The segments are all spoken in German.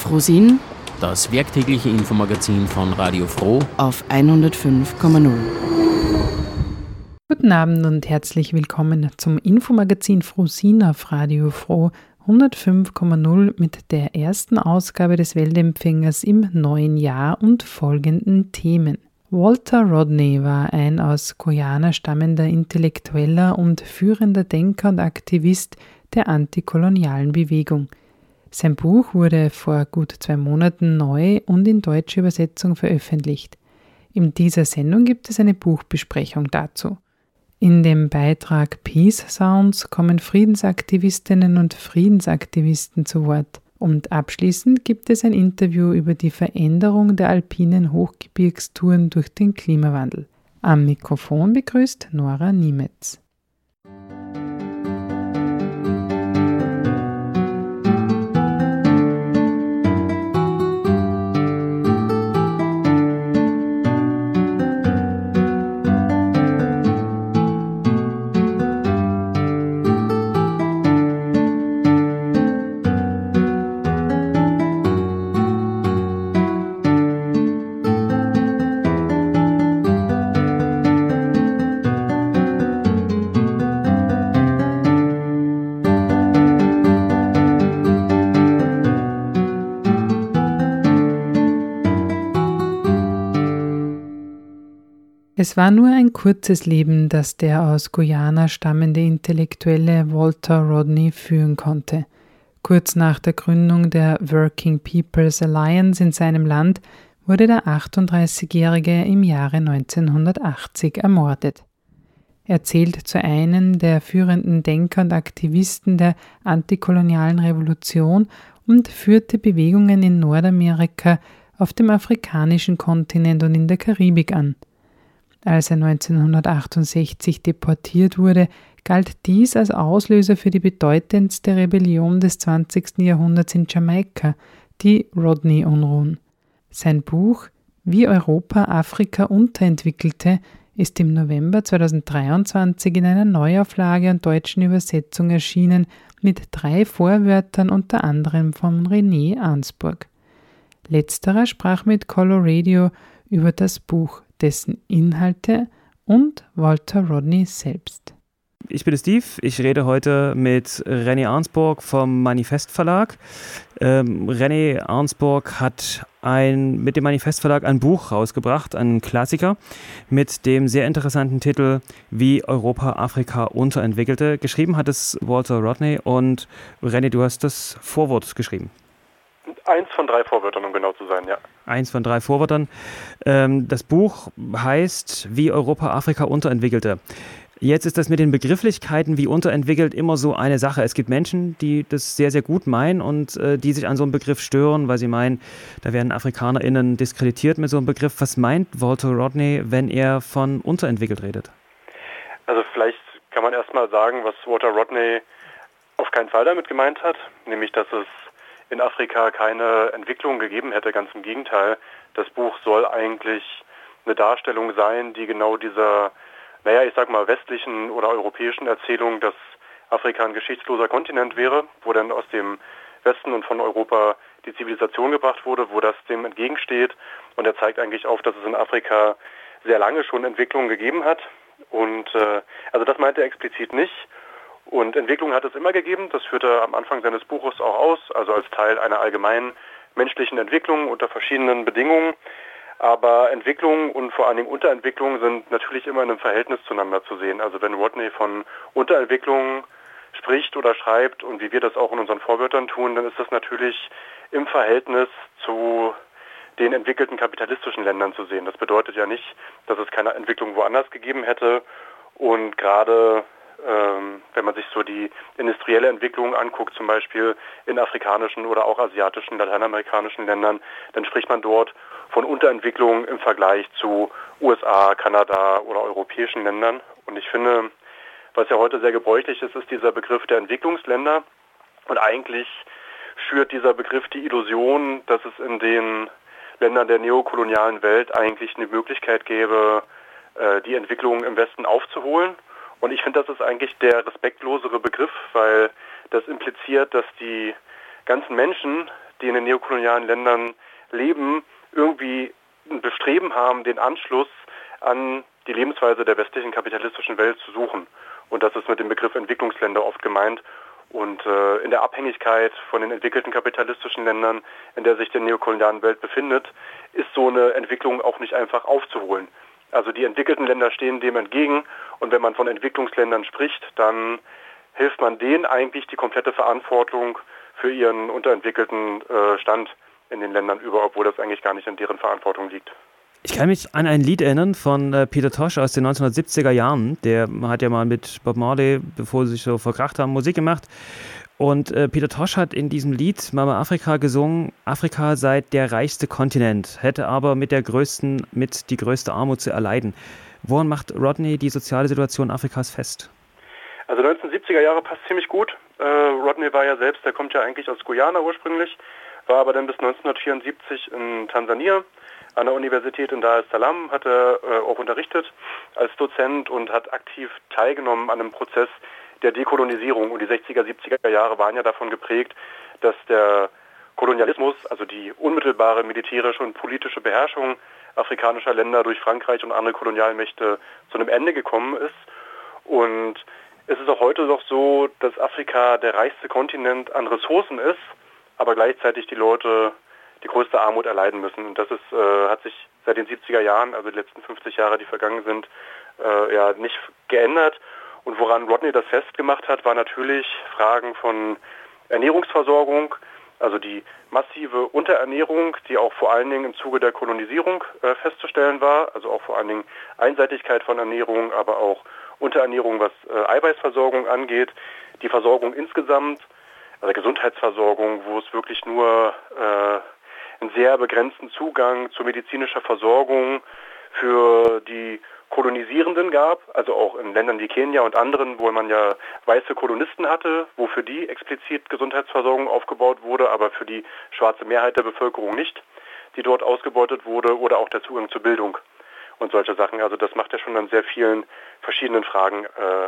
Frosin, das werktägliche Infomagazin von Radio Froh auf 105,0. Guten Abend und herzlich willkommen zum Infomagazin Frosin auf Radio Froh 105,0 mit der ersten Ausgabe des Weltempfängers im neuen Jahr und folgenden Themen. Walter Rodney war ein aus Guyana stammender Intellektueller und führender Denker und Aktivist der antikolonialen Bewegung. Sein Buch wurde vor gut 2 Monaten neu und in deutscher Übersetzung veröffentlicht. In dieser Sendung gibt es eine Buchbesprechung dazu. In dem Beitrag Peace Sounds kommen Friedensaktivistinnen und Friedensaktivisten zu Wort. Und abschließend gibt es ein Interview über die Veränderung der alpinen Hochgebirgstouren durch den Klimawandel. Am Mikrofon begrüßt Nora Niemetz. Es war nur ein kurzes Leben, das der aus Guyana stammende Intellektuelle Walter Rodney führen konnte. Kurz nach der Gründung der Working People's Alliance in seinem Land wurde der 38-Jährige im Jahre 1980 ermordet. Er zählt zu einem der führenden Denker und Aktivisten der antikolonialen Revolution und führte Bewegungen in Nordamerika, auf dem afrikanischen Kontinent und in der Karibik an. Als er 1968 deportiert wurde, galt dies als Auslöser für die bedeutendste Rebellion des 20. Jahrhunderts in Jamaika, die Rodney-Unruhen. Sein Buch »Wie Europa Afrika unterentwickelte« ist im November 2023 in einer Neuauflage und deutschen Übersetzung erschienen mit 3 Vorwörtern, unter anderem von René Arnsburg. Letzterer sprach mit Coloradio über das Buch, dessen Inhalte und Walter Rodney selbst. Ich bin Steve, ich rede heute mit René Arnsburg vom Manifest Verlag. René Arnsburg hat mit dem Manifest Verlag ein Buch rausgebracht, einen Klassiker, mit dem sehr interessanten Titel »Wie Europa Afrika unterentwickelte«. Geschrieben hat es Walter Rodney und René, du hast das Vorwort geschrieben. 1 von 3 Vorwörtern, um genau zu sein, ja. 1 von 3 Vorwörtern. Das Buch heißt »Wie Europa Afrika unterentwickelte«. Jetzt ist das mit den Begrifflichkeiten wie unterentwickelt immer so eine Sache. Es gibt Menschen, die das sehr, sehr gut meinen und die sich an so einem Begriff stören, weil sie meinen, da werden AfrikanerInnen diskreditiert mit so einem Begriff. Was meint Walter Rodney, wenn er von unterentwickelt redet? Also vielleicht kann man erstmal sagen, was Walter Rodney auf keinen Fall damit gemeint hat, nämlich dass es in Afrika keine Entwicklung gegeben hätte, ganz im Gegenteil. Das Buch soll eigentlich eine Darstellung sein, die genau dieser, westlichen oder europäischen Erzählung, dass Afrika ein geschichtsloser Kontinent wäre, wo dann aus dem Westen und von Europa die Zivilisation gebracht wurde, wo das dem entgegensteht. Und er zeigt eigentlich auf, dass es in Afrika sehr lange schon Entwicklungen gegeben hat. Und also das meinte er explizit nicht. Und Entwicklung hat es immer gegeben, das führte er am Anfang seines Buches auch aus, also als Teil einer allgemeinen menschlichen Entwicklung unter verschiedenen Bedingungen. Aber Entwicklung und vor allen Dingen Unterentwicklung sind natürlich immer in einem Verhältnis zueinander zu sehen. Also wenn Rodney von Unterentwicklung spricht oder schreibt und wie wir das auch in unseren Vorwörtern tun, dann ist das natürlich im Verhältnis zu den entwickelten kapitalistischen Ländern zu sehen. Das bedeutet ja nicht, dass es keine Entwicklung woanders gegeben hätte. Und gerade wenn man sich so die industrielle Entwicklung anguckt, zum Beispiel in afrikanischen oder auch asiatischen, lateinamerikanischen Ländern, dann spricht man dort von Unterentwicklung im Vergleich zu USA, Kanada oder europäischen Ländern. Und ich finde, was ja heute sehr gebräuchlich ist, ist dieser Begriff der Entwicklungsländer. Und eigentlich schürt dieser Begriff die Illusion, dass es in den Ländern der neokolonialen Welt eigentlich eine Möglichkeit gäbe, die Entwicklung im Westen aufzuholen. Und ich finde, das ist eigentlich der respektlosere Begriff, weil das impliziert, dass die ganzen Menschen, die in den neokolonialen Ländern leben, irgendwie ein Bestreben haben, den Anschluss an die Lebensweise der westlichen kapitalistischen Welt zu suchen. Und das ist mit dem Begriff Entwicklungsländer oft gemeint. Und in der Abhängigkeit von den entwickelten kapitalistischen Ländern, in der sich die neokoloniale Welt befindet, ist so eine Entwicklung auch nicht einfach aufzuholen. Also die entwickelten Länder stehen dem entgegen. Und wenn man von Entwicklungsländern spricht, dann hilft man denen eigentlich die komplette Verantwortung für ihren unterentwickelten Stand in den Ländern über, obwohl das eigentlich gar nicht in deren Verantwortung liegt. Ich kann mich an ein Lied erinnern von Peter Tosh aus den 1970er Jahren. Der hat ja mal mit Bob Marley, bevor sie sich so verkracht haben, Musik gemacht. Und Peter Tosh hat in diesem Lied Mama Afrika gesungen, Afrika sei der reichste Kontinent, hätte aber mit die größte Armut zu erleiden. Woran macht Rodney die soziale Situation Afrikas fest? Also 1970er Jahre passt ziemlich gut. Rodney war ja selbst, der kommt ja eigentlich aus Guyana ursprünglich, war aber dann bis 1974 in Tansania an der Universität in Dar es Salaam, hat er auch unterrichtet als Dozent und hat aktiv teilgenommen an einem Prozess der Dekolonisierung. Und die 60er, 70er Jahre waren ja davon geprägt, dass der Kolonialismus, also die unmittelbare militärische und politische Beherrschung afrikanischer Länder durch Frankreich und andere Kolonialmächte zu einem Ende gekommen ist. Und es ist auch heute noch so, dass Afrika der reichste Kontinent an Ressourcen ist, aber gleichzeitig die Leute die größte Armut erleiden müssen. Und das ist, hat sich seit den 70er Jahren, also die letzten 50 Jahre, die vergangen sind, nicht geändert. Und woran Rodney das festgemacht hat, war natürlich Fragen von Ernährungsversorgung, also die massive Unterernährung, die auch vor allen Dingen im Zuge der Kolonisierung festzustellen war, also auch vor allen Dingen Einseitigkeit von Ernährung, aber auch Unterernährung, was Eiweißversorgung angeht, die Versorgung insgesamt, also Gesundheitsversorgung, wo es wirklich nur einen sehr begrenzten Zugang zu medizinischer Versorgung für die Kolonisierenden gab, also auch in Ländern wie Kenia und anderen, wo man ja weiße Kolonisten hatte, wo für die explizit Gesundheitsversorgung aufgebaut wurde, aber für die schwarze Mehrheit der Bevölkerung nicht, die dort ausgebeutet wurde, oder auch der Zugang zur Bildung und solche Sachen. Also das macht ja schon an sehr vielen verschiedenen Fragen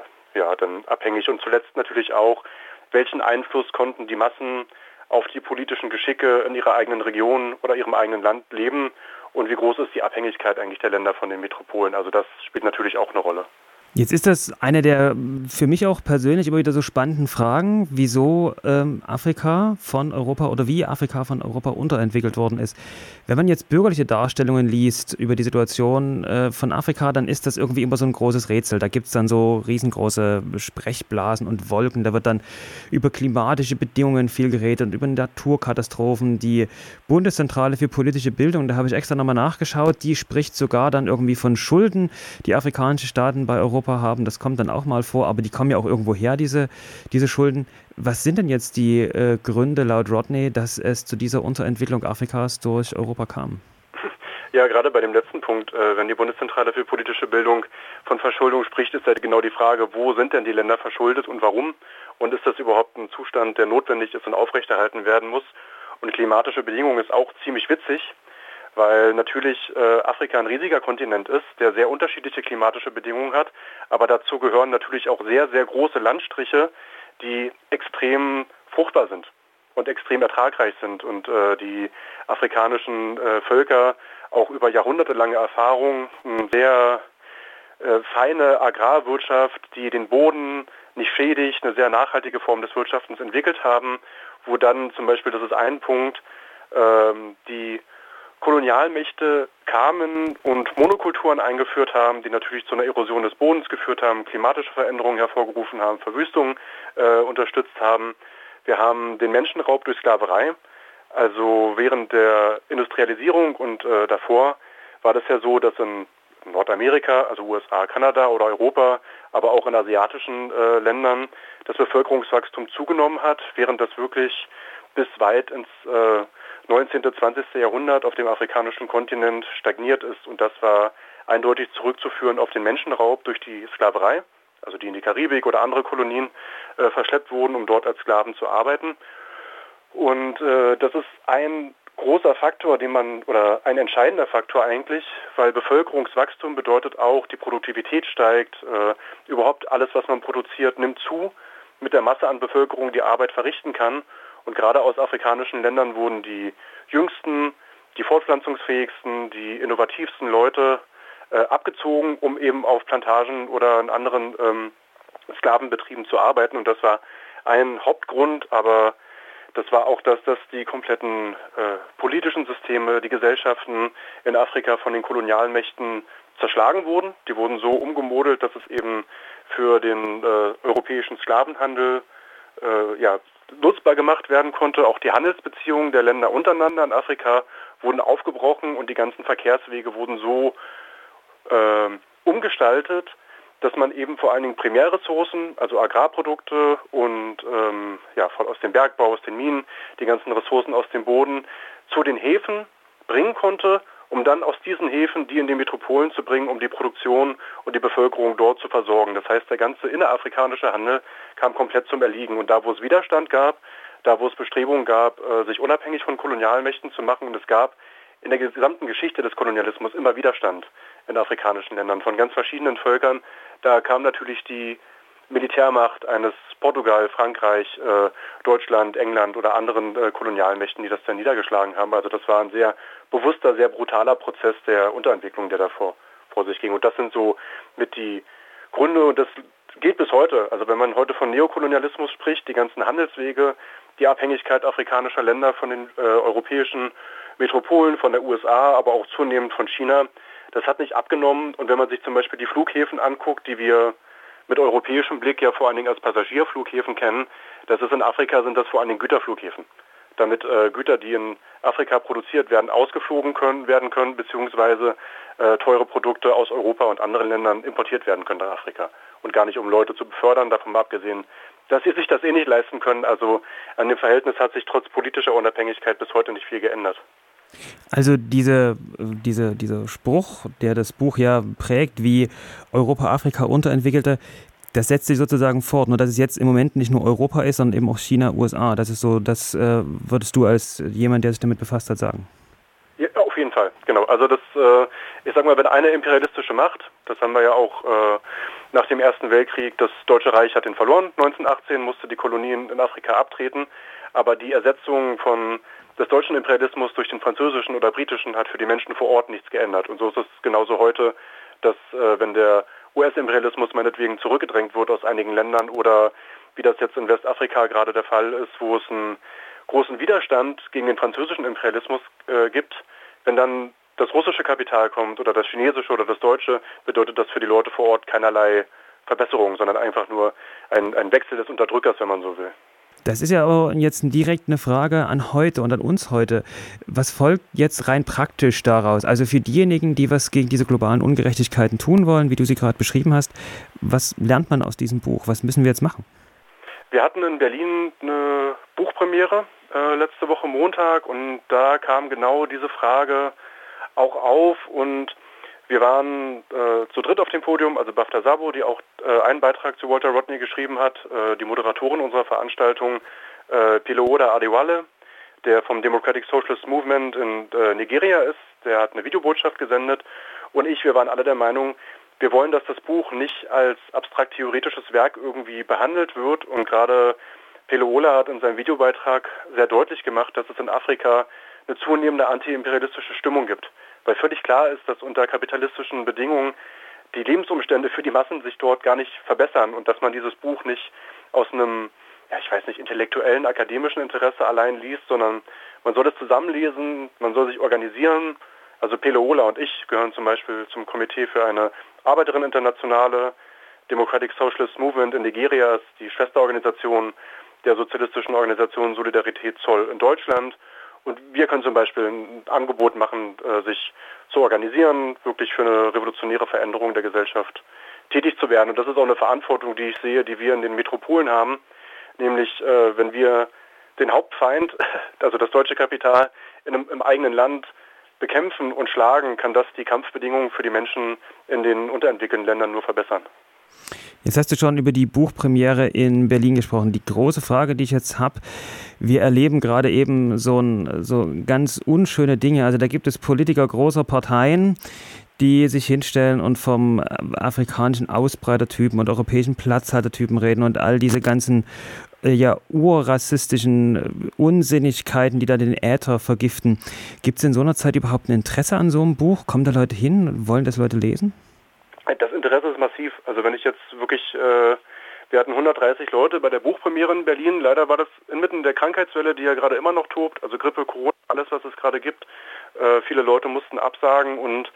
dann abhängig. Und zuletzt natürlich auch, welchen Einfluss konnten die Massen auf die politischen Geschicke in ihrer eigenen Region oder ihrem eigenen Land leben und wie groß ist die Abhängigkeit eigentlich der Länder von den Metropolen. Also das spielt natürlich auch eine Rolle. Jetzt ist das eine der für mich auch persönlich immer wieder so spannenden Fragen, wieso Afrika von Europa oder wie Afrika von Europa unterentwickelt worden ist. Wenn man jetzt bürgerliche Darstellungen liest über die Situation von Afrika, dann ist das irgendwie immer so ein großes Rätsel. Da gibt es dann so riesengroße Sprechblasen und Wolken. Da wird dann über klimatische Bedingungen viel geredet und über Naturkatastrophen. Die Bundeszentrale für politische Bildung, da habe ich extra nochmal nachgeschaut, die spricht sogar dann irgendwie von Schulden, die afrikanische Staaten bei Europa haben, das kommt dann auch mal vor, aber die kommen ja auch irgendwo her, diese Schulden. Was sind denn jetzt die Gründe laut Rodney, dass es zu dieser Unterentwicklung Afrikas durch Europa kam? Ja, gerade bei dem letzten Punkt, wenn die Bundeszentrale für politische Bildung von Verschuldung spricht, ist ja genau die Frage, wo sind denn die Länder verschuldet und warum? Und ist das überhaupt ein Zustand, der notwendig ist und aufrechterhalten werden muss? Und klimatische Bedingungen ist auch ziemlich witzig, weil natürlich Afrika ein riesiger Kontinent ist, der sehr unterschiedliche klimatische Bedingungen hat, aber dazu gehören natürlich auch sehr, sehr große Landstriche, die extrem fruchtbar sind und extrem ertragreich sind und die afrikanischen Völker auch über jahrhundertelange Erfahrung eine sehr feine Agrarwirtschaft, die den Boden nicht schädigt, eine sehr nachhaltige Form des Wirtschaftens entwickelt haben, wo dann zum Beispiel, das ist ein Punkt, die Kolonialmächte kamen und Monokulturen eingeführt haben, die natürlich zu einer Erosion des Bodens geführt haben, klimatische Veränderungen hervorgerufen haben, Verwüstungen unterstützt haben. Wir haben den Menschenraub durch Sklaverei. Also während der Industrialisierung und davor war das ja so, dass in Nordamerika, also USA, Kanada oder Europa, aber auch in asiatischen Ländern das Bevölkerungswachstum zugenommen hat, während das wirklich bis weit ins 19. und 20. Jahrhundert auf dem afrikanischen Kontinent stagniert ist. Und das war eindeutig zurückzuführen auf den Menschenraub durch die Sklaverei, also die in die Karibik oder andere Kolonien verschleppt wurden, um dort als Sklaven zu arbeiten. Und das ist ein großer Faktor, oder ein entscheidender Faktor eigentlich, weil Bevölkerungswachstum bedeutet auch, die Produktivität steigt, überhaupt alles, was man produziert, nimmt zu mit der Masse an Bevölkerung, die Arbeit verrichten kann. Und gerade aus afrikanischen Ländern wurden die jüngsten, die fortpflanzungsfähigsten, die innovativsten Leute abgezogen, um eben auf Plantagen oder in anderen Sklavenbetrieben zu arbeiten. Und das war ein Hauptgrund, aber das war auch, dass die kompletten politischen Systeme, die Gesellschaften in Afrika von den Kolonialmächten zerschlagen wurden. Die wurden so umgemodelt, dass es eben für den europäischen Sklavenhandel nutzbar gemacht werden konnte. Auch die Handelsbeziehungen der Länder untereinander in Afrika wurden aufgebrochen und die ganzen Verkehrswege wurden so umgestaltet, dass man eben vor allen Dingen Primärressourcen, also Agrarprodukte und aus dem Bergbau, aus den Minen, die ganzen Ressourcen aus dem Boden zu den Häfen bringen konnte, um dann aus diesen Häfen die in die Metropolen zu bringen, um die Produktion und die Bevölkerung dort zu versorgen. Das heißt, der ganze innerafrikanische Handel kam komplett zum Erliegen. Und da, wo es Widerstand gab, da, wo es Bestrebungen gab, sich unabhängig von Kolonialmächten zu machen, und es gab in der gesamten Geschichte des Kolonialismus immer Widerstand in afrikanischen Ländern von ganz verschiedenen Völkern. Da kam natürlich die Militärmacht eines Portugal, Frankreich, Deutschland, England oder anderen Kolonialmächten, die das dann niedergeschlagen haben. Also das war ein sehr bewusster, sehr brutaler Prozess der Unterentwicklung, der da vor sich ging. Und das sind so mit die Gründe, und das geht bis heute. Also wenn man heute von Neokolonialismus spricht, die ganzen Handelswege, die Abhängigkeit afrikanischer Länder von den europäischen Metropolen, von der USA, aber auch zunehmend von China, das hat nicht abgenommen. Und wenn man sich zum Beispiel die Flughäfen anguckt, die wir mit europäischem Blick ja vor allen Dingen als Passagierflughäfen kennen, das ist in Afrika, sind das vor allen Dingen Güterflughäfen. Damit Güter, die in Afrika produziert werden, ausgeflogen werden können, beziehungsweise teure Produkte aus Europa und anderen Ländern importiert werden können nach Afrika. Und gar nicht, um Leute zu befördern, davon mal abgesehen, dass sie sich das eh nicht leisten können. Also an dem Verhältnis hat sich trotz politischer Unabhängigkeit bis heute nicht viel geändert. Also dieser Spruch, der das Buch ja prägt, wie Europa, Afrika unterentwickelte, das setzt sich sozusagen fort. Nur dass es jetzt im Moment nicht nur Europa ist, sondern eben auch China, USA. Das ist so, das würdest du als jemand, der sich damit befasst hat, sagen? Ja, auf jeden Fall, genau. Also das, ich sag mal, wenn eine imperialistische Macht, das haben wir ja auch nach dem Ersten Weltkrieg, das Deutsche Reich hat den verloren, 1918 musste die Kolonien in Afrika abtreten, aber die Ersetzung des deutschen Imperialismus durch den französischen oder britischen hat für die Menschen vor Ort nichts geändert. Und so ist es genauso heute, dass wenn der US-Imperialismus meinetwegen zurückgedrängt wird aus einigen Ländern oder wie das jetzt in Westafrika gerade der Fall ist, wo es einen großen Widerstand gegen den französischen Imperialismus gibt, wenn dann das russische Kapital kommt oder das chinesische oder das deutsche, bedeutet das für die Leute vor Ort keinerlei Verbesserung, sondern einfach nur ein Wechsel des Unterdrückers, wenn man so will. Das ist ja aber jetzt direkt eine Frage an heute und an uns heute. Was folgt jetzt rein praktisch daraus? Also für diejenigen, die was gegen diese globalen Ungerechtigkeiten tun wollen, wie du sie gerade beschrieben hast, was lernt man aus diesem Buch? Was müssen wir jetzt machen? Wir hatten in Berlin eine Buchpremiere letzte Woche Montag, und da kam genau diese Frage auch auf, und wir waren zu dritt auf dem Podium, also Bafta Sabo, die auch einen Beitrag zu Walter Rodney geschrieben hat, die Moderatorin unserer Veranstaltung, Pilooda Adewale, der vom Democratic Socialist Movement in Nigeria ist, der hat eine Videobotschaft gesendet, und wir waren alle der Meinung, wir wollen, dass das Buch nicht als abstrakt-theoretisches Werk irgendwie behandelt wird, und gerade Pilooda hat in seinem Videobeitrag sehr deutlich gemacht, dass es in Afrika eine zunehmende antiimperialistische Stimmung gibt. Weil völlig klar ist, dass unter kapitalistischen Bedingungen die Lebensumstände für die Massen sich dort gar nicht verbessern, und dass man dieses Buch nicht aus einem, intellektuellen, akademischen Interesse allein liest, sondern man soll es zusammenlesen, man soll sich organisieren. Also Pilooda und ich gehören zum Beispiel zum Komitee für eine Arbeiterinnen-Internationale. Democratic Socialist Movement in Nigeria ist die Schwesterorganisation der sozialistischen Organisation Solidarität Zoll in Deutschland. Und wir können zum Beispiel ein Angebot machen, sich zu organisieren, wirklich für eine revolutionäre Veränderung der Gesellschaft tätig zu werden. Und das ist auch eine Verantwortung, die ich sehe, die wir in den Metropolen haben. Nämlich, wenn wir den Hauptfeind, also das deutsche Kapital, im eigenen Land bekämpfen und schlagen, kann das die Kampfbedingungen für die Menschen in den unterentwickelten Ländern nur verbessern. Jetzt hast du schon über die Buchpremiere in Berlin gesprochen. Die große Frage, die ich jetzt habe, wir erleben gerade eben so ganz unschöne Dinge. Also da gibt es Politiker großer Parteien, die sich hinstellen und vom afrikanischen Ausbreitertypen und europäischen Platzhaltertypen reden und all diese ganzen urrassistischen Unsinnigkeiten, die da den Äther vergiften. Gibt es in so einer Zeit überhaupt ein Interesse an so einem Buch? Kommen da Leute hin? Wollen das Leute lesen? Das Interesse ist massiv. Also wenn ich jetzt wirklich, wir hatten 130 Leute bei der Buchpremiere in Berlin. Leider war das inmitten der Krankheitswelle, die ja gerade immer noch tobt. Also Grippe, Corona, alles, was es gerade gibt. Viele Leute mussten absagen und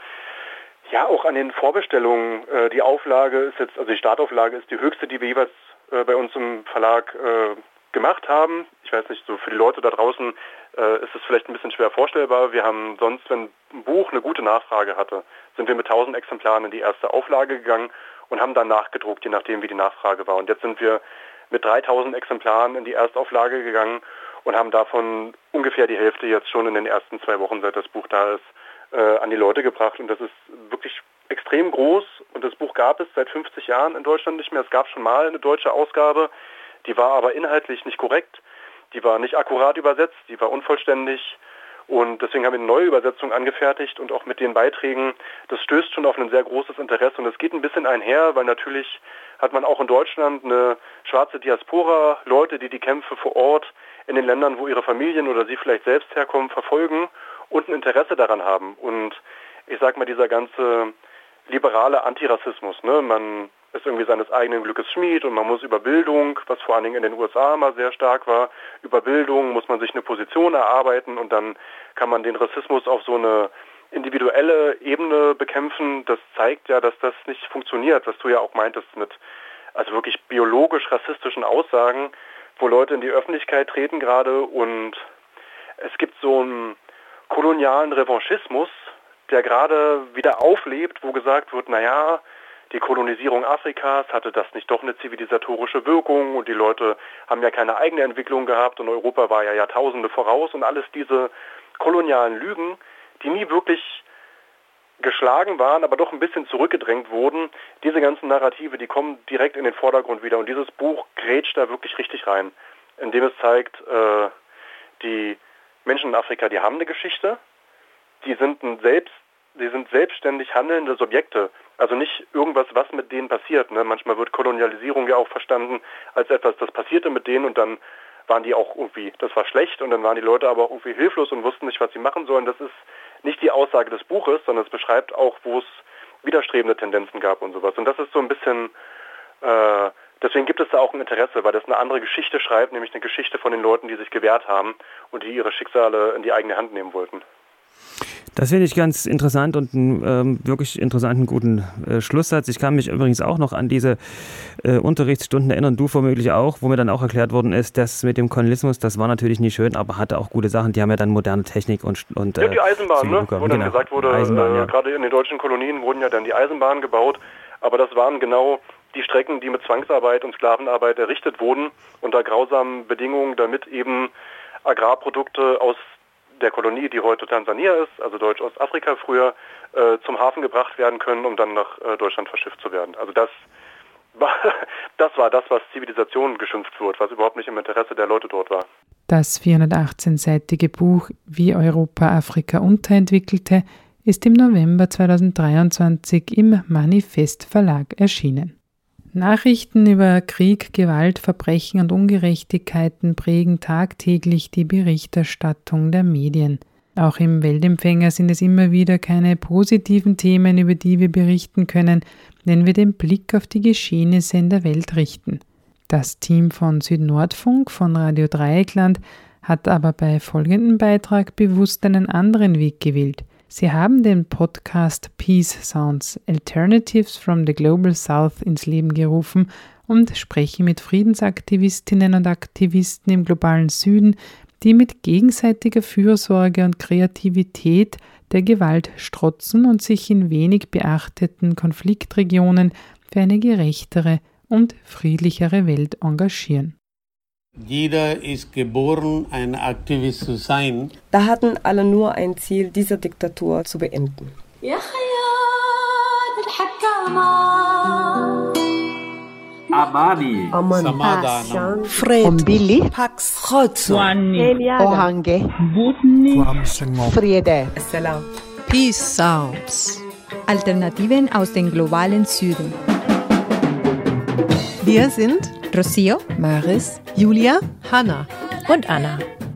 ja, auch an den Vorbestellungen. Die Auflage ist jetzt, also die Startauflage ist die höchste, die wir jeweils bei uns im Verlag gemacht haben. Ich weiß nicht, so für die Leute da draußen ist es vielleicht ein bisschen schwer vorstellbar. Wir haben sonst, wenn ein Buch eine gute Nachfrage hatte, sind wir mit 1000 Exemplaren in die erste Auflage gegangen und haben dann nachgedruckt, je nachdem wie die Nachfrage war. Und jetzt sind wir mit 3000 Exemplaren in die Erstauflage gegangen und haben davon ungefähr die Hälfte jetzt schon in den ersten 2 Wochen, seit das Buch da ist, an die Leute gebracht. Und das ist wirklich extrem groß. Und das Buch gab es seit 50 Jahren in Deutschland nicht mehr. Es gab schon mal eine deutsche Ausgabe, die war aber inhaltlich nicht korrekt. Die war nicht akkurat übersetzt, die war unvollständig. Und deswegen haben wir eine neue Übersetzung angefertigt und auch mit den Beiträgen. Das stößt schon auf ein sehr großes Interesse. Und es geht ein bisschen einher, weil natürlich hat man auch in Deutschland eine schwarze Diaspora, Leute, die die Kämpfe vor Ort in den Ländern, wo ihre Familien oder sie vielleicht selbst herkommen, verfolgen und ein Interesse daran haben. Und ich sag mal, dieser ganze liberale Antirassismus, ne? Man ist irgendwie seines eigenen Glückes Schmied und man muss über Bildung, was vor allen Dingen in den USA mal sehr stark war, über Bildung muss man sich eine Position erarbeiten und dann kann man den Rassismus auf so eine individuelle Ebene bekämpfen. Das zeigt ja, dass das nicht funktioniert, was du ja auch meintest mit also wirklich biologisch rassistischen Aussagen, wo Leute in die Öffentlichkeit treten gerade und es gibt so einen kolonialen Revanchismus, der gerade wieder auflebt, wo gesagt wird, naja, die Kolonisierung Afrikas, hatte das nicht doch eine zivilisatorische Wirkung und die Leute haben ja keine eigene Entwicklung gehabt und Europa war ja Jahrtausende voraus und alles diese kolonialen Lügen, die nie wirklich geschlagen waren, aber doch ein bisschen zurückgedrängt wurden, diese ganzen Narrative, die kommen direkt in den Vordergrund wieder und dieses Buch grätscht da wirklich richtig rein, indem es zeigt, die Menschen in Afrika, die haben eine Geschichte, die sind selbstständig handelnde Subjekte. Also nicht irgendwas, was mit denen passiert. Ne? Manchmal wird Kolonialisierung ja auch verstanden als etwas, das passierte mit denen und dann waren die auch irgendwie, das war schlecht und dann waren die Leute aber auch irgendwie hilflos und wussten nicht, was sie machen sollen. Das ist nicht die Aussage des Buches, sondern es beschreibt auch, wo es widerstrebende Tendenzen gab und sowas. Und das ist so ein bisschen, deswegen gibt es da auch ein Interesse, weil das eine andere Geschichte schreibt, nämlich eine Geschichte von den Leuten, die sich gewehrt haben und die ihre Schicksale in die eigene Hand nehmen wollten. Das finde ich ganz interessant und einen wirklich interessanten, guten Schlusssatz. Ich kann mich übrigens auch noch an diese Unterrichtsstunden erinnern, du vermutlich auch, wo mir dann auch erklärt worden ist, dass mit dem Kolonialismus, das war natürlich nie schön, aber hatte auch gute Sachen. Die haben ja dann moderne Technik und ja, die Eisenbahn, ne? Wo dann gesagt wurde, ja. Gerade in den deutschen Kolonien wurden ja dann die Eisenbahnen gebaut, aber das waren genau die Strecken, die mit Zwangsarbeit und Sklavenarbeit errichtet wurden, unter grausamen Bedingungen, damit eben Agrarprodukte aus der Kolonie, die heute Tansania ist, also Deutsch-Ostafrika früher, zum Hafen gebracht werden können, um dann nach Deutschland verschifft zu werden. Also das war das, was Zivilisation geschimpft wird, was überhaupt nicht im Interesse der Leute dort war. Das 418-seitige Buch Wie Europa Afrika unterentwickelte ist im November 2023 im Manifest Verlag erschienen. Nachrichten über Krieg, Gewalt, Verbrechen und Ungerechtigkeiten prägen tagtäglich die Berichterstattung der Medien. Auch im Weltempfänger sind es immer wieder keine positiven Themen, über die wir berichten können, wenn wir den Blick auf die Geschehnisse in der Welt richten. Das Team von Südnordfunk von Radio Dreieckland hat aber bei folgendem Beitrag bewusst einen anderen Weg gewählt. Sie haben den Podcast Peace Sounds Alternatives from the Global South ins Leben gerufen und sprechen mit Friedensaktivistinnen und Aktivisten im globalen Süden, die mit gegenseitiger Fürsorge und Kreativität der Gewalt strotzen und sich in wenig beachteten Konfliktregionen für eine gerechtere und friedlichere Welt engagieren. Jeder ist geboren, ein Aktivist zu sein. Da hatten alle nur ein Ziel, diese Diktatur zu beenden. Abadi, Samadhanam, Fred, Pax, Ohange, Friede, Peace Sounds. Alternativen aus dem globalen Süden. Wir sind Rocío, Maris, Julia, Hanna und Anna.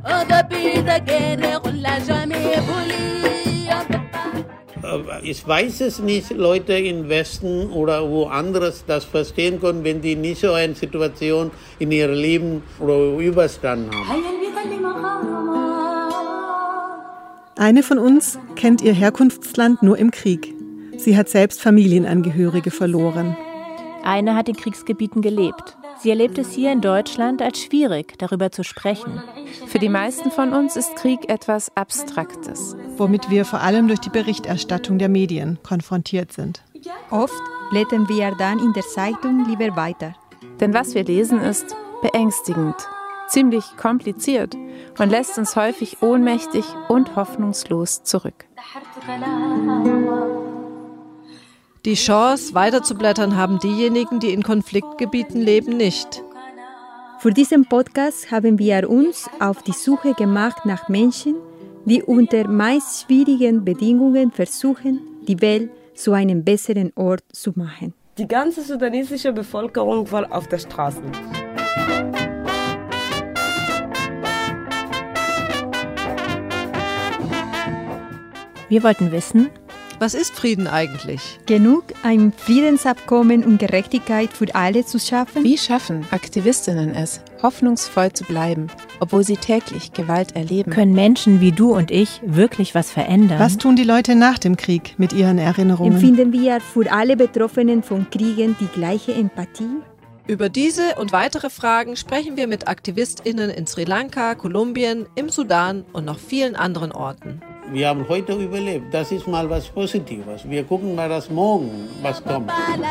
Ich weiß es nicht, Leute im Westen oder woanders das verstehen können, wenn die nicht so eine Situation in ihrem Leben oder überstanden haben. Eine von uns kennt ihr Herkunftsland nur im Krieg. Sie hat selbst Familienangehörige verloren. Eine hat in Kriegsgebieten gelebt. Sie erlebt es hier in Deutschland als schwierig, darüber zu sprechen. Für die meisten von uns ist Krieg etwas Abstraktes, womit wir vor allem durch die Berichterstattung der Medien konfrontiert sind. Oft blättern wir dann in der Zeitung lieber weiter. Denn was wir lesen, ist beängstigend, ziemlich kompliziert und lässt uns häufig ohnmächtig und hoffnungslos zurück. Die Chance, weiterzublättern, haben diejenigen, die in Konfliktgebieten leben, nicht. Für diesen Podcast haben wir uns auf die Suche gemacht nach Menschen, die unter meist schwierigen Bedingungen versuchen, die Welt zu einem besseren Ort zu machen. Die ganze sudanesische Bevölkerung war auf der Straße. Wir wollten wissen, was ist Frieden eigentlich? Genug, ein Friedensabkommen und Gerechtigkeit für alle zu schaffen? Wie schaffen Aktivistinnen es, hoffnungsvoll zu bleiben, obwohl sie täglich Gewalt erleben? Können Menschen wie du und ich wirklich was verändern? Was tun die Leute nach dem Krieg mit ihren Erinnerungen? Empfinden wir für alle Betroffenen von Kriegen die gleiche Empathie? Über diese und weitere Fragen sprechen wir mit AktivistInnen in Sri Lanka, Kolumbien, im Sudan und noch vielen anderen Orten. Wir haben heute überlebt. Das ist mal was Positives. Wir gucken mal, dass morgen was kommt.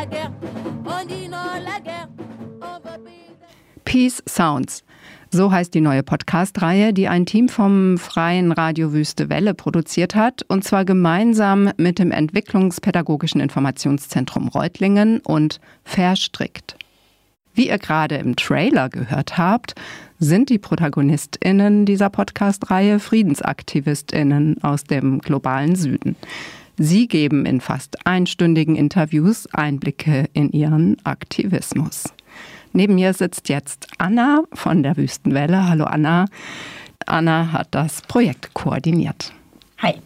Peace Sounds. So heißt die neue Podcast-Reihe, die ein Team vom Freien Radio Wüste Welle produziert hat, und zwar gemeinsam mit dem Entwicklungspädagogischen Informationszentrum Reutlingen und Verstrickt. Wie ihr gerade im Trailer gehört habt, sind die ProtagonistInnen dieser Podcast-Reihe FriedensaktivistInnen aus dem globalen Süden. Sie geben in fast einstündigen Interviews Einblicke in ihren Aktivismus. Neben mir sitzt jetzt Anna von der Wüstenwelle. Hallo Anna. Anna hat das Projekt koordiniert. Hi.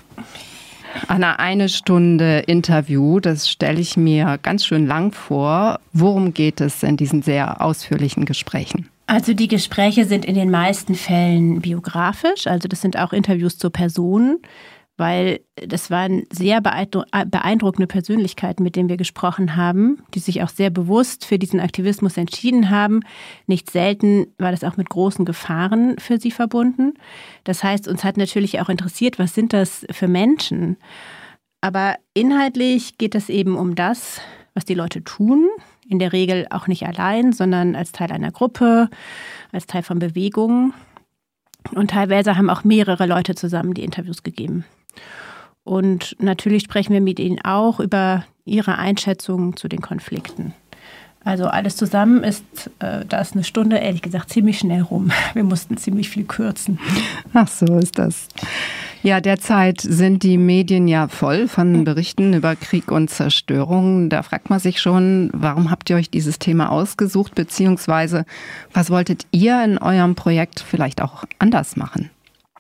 Anna, 1 Stunde Interview, das stelle ich mir ganz schön lang vor. Worum geht es in diesen sehr ausführlichen Gesprächen? Also die Gespräche sind in den meisten Fällen biografisch, also das sind auch Interviews zu Personen, weil das waren sehr beeindruckende Persönlichkeiten, mit denen wir gesprochen haben, die sich auch sehr bewusst für diesen Aktivismus entschieden haben. Nicht selten war das auch mit großen Gefahren für sie verbunden. Das heißt, uns hat natürlich auch interessiert, was sind das für Menschen? Aber inhaltlich geht es eben um das, was die Leute tun. In der Regel auch nicht allein, sondern als Teil einer Gruppe, als Teil von Bewegungen. Und teilweise haben auch mehrere Leute zusammen die Interviews gegeben. Und natürlich sprechen wir mit ihnen auch über ihre Einschätzungen zu den Konflikten. Also alles zusammen ist, da ist 1 Stunde, ehrlich gesagt, ziemlich schnell rum. Wir mussten ziemlich viel kürzen. Ach, so ist das. Ja, derzeit sind die Medien ja voll von Berichten über Krieg und Zerstörung. Da fragt man sich schon, warum habt ihr euch dieses Thema ausgesucht, beziehungsweise was wolltet ihr in eurem Projekt vielleicht auch anders machen?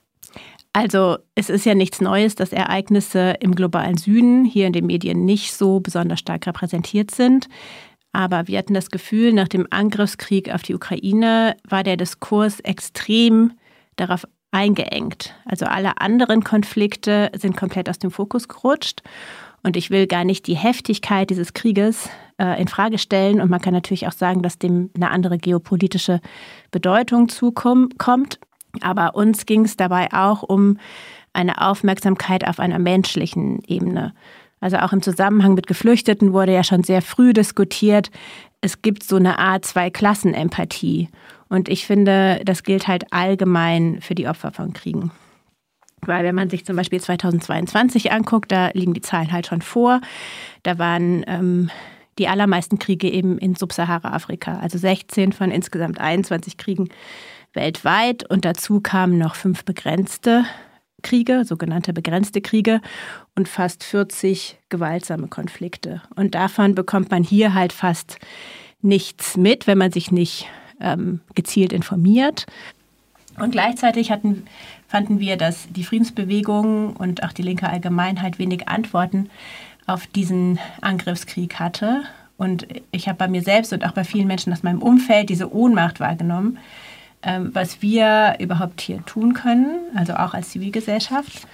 Also es ist ja nichts Neues, dass Ereignisse im globalen Süden hier in den Medien nicht so besonders stark repräsentiert sind. Aber wir hatten das Gefühl, nach dem Angriffskrieg auf die Ukraine war der Diskurs extrem darauf eingeengt. Also alle anderen Konflikte sind komplett aus dem Fokus gerutscht. Und ich will gar nicht die Heftigkeit dieses Krieges in Frage stellen. Und man kann natürlich auch sagen, dass dem eine andere geopolitische Bedeutung zukommt. Aber uns ging es dabei auch um eine Aufmerksamkeit auf einer menschlichen Ebene. Also auch im Zusammenhang mit Geflüchteten wurde ja schon sehr früh diskutiert, es gibt so eine Art Zwei-Klassen-Empathie. Und ich finde, das gilt halt allgemein für die Opfer von Kriegen. Weil wenn man sich zum Beispiel 2022 anguckt, da liegen die Zahlen halt schon vor. Da waren die allermeisten Kriege eben in Subsahara-Afrika. Also 16 von insgesamt 21 Kriegen weltweit. Und dazu kamen noch 5 begrenzte Kriege, sogenannte begrenzte Kriege und fast 40 gewaltsame Konflikte. Und davon bekommt man hier halt fast nichts mit, wenn man sich nicht gezielt informiert. Und gleichzeitig fanden wir, dass die Friedensbewegung und auch die linke Allgemeinheit wenig Antworten auf diesen Angriffskrieg hatte. Und ich habe bei mir selbst und auch bei vielen Menschen aus meinem Umfeld diese Ohnmacht wahrgenommen, was wir überhaupt hier tun können, also auch als Zivilgesellschaft.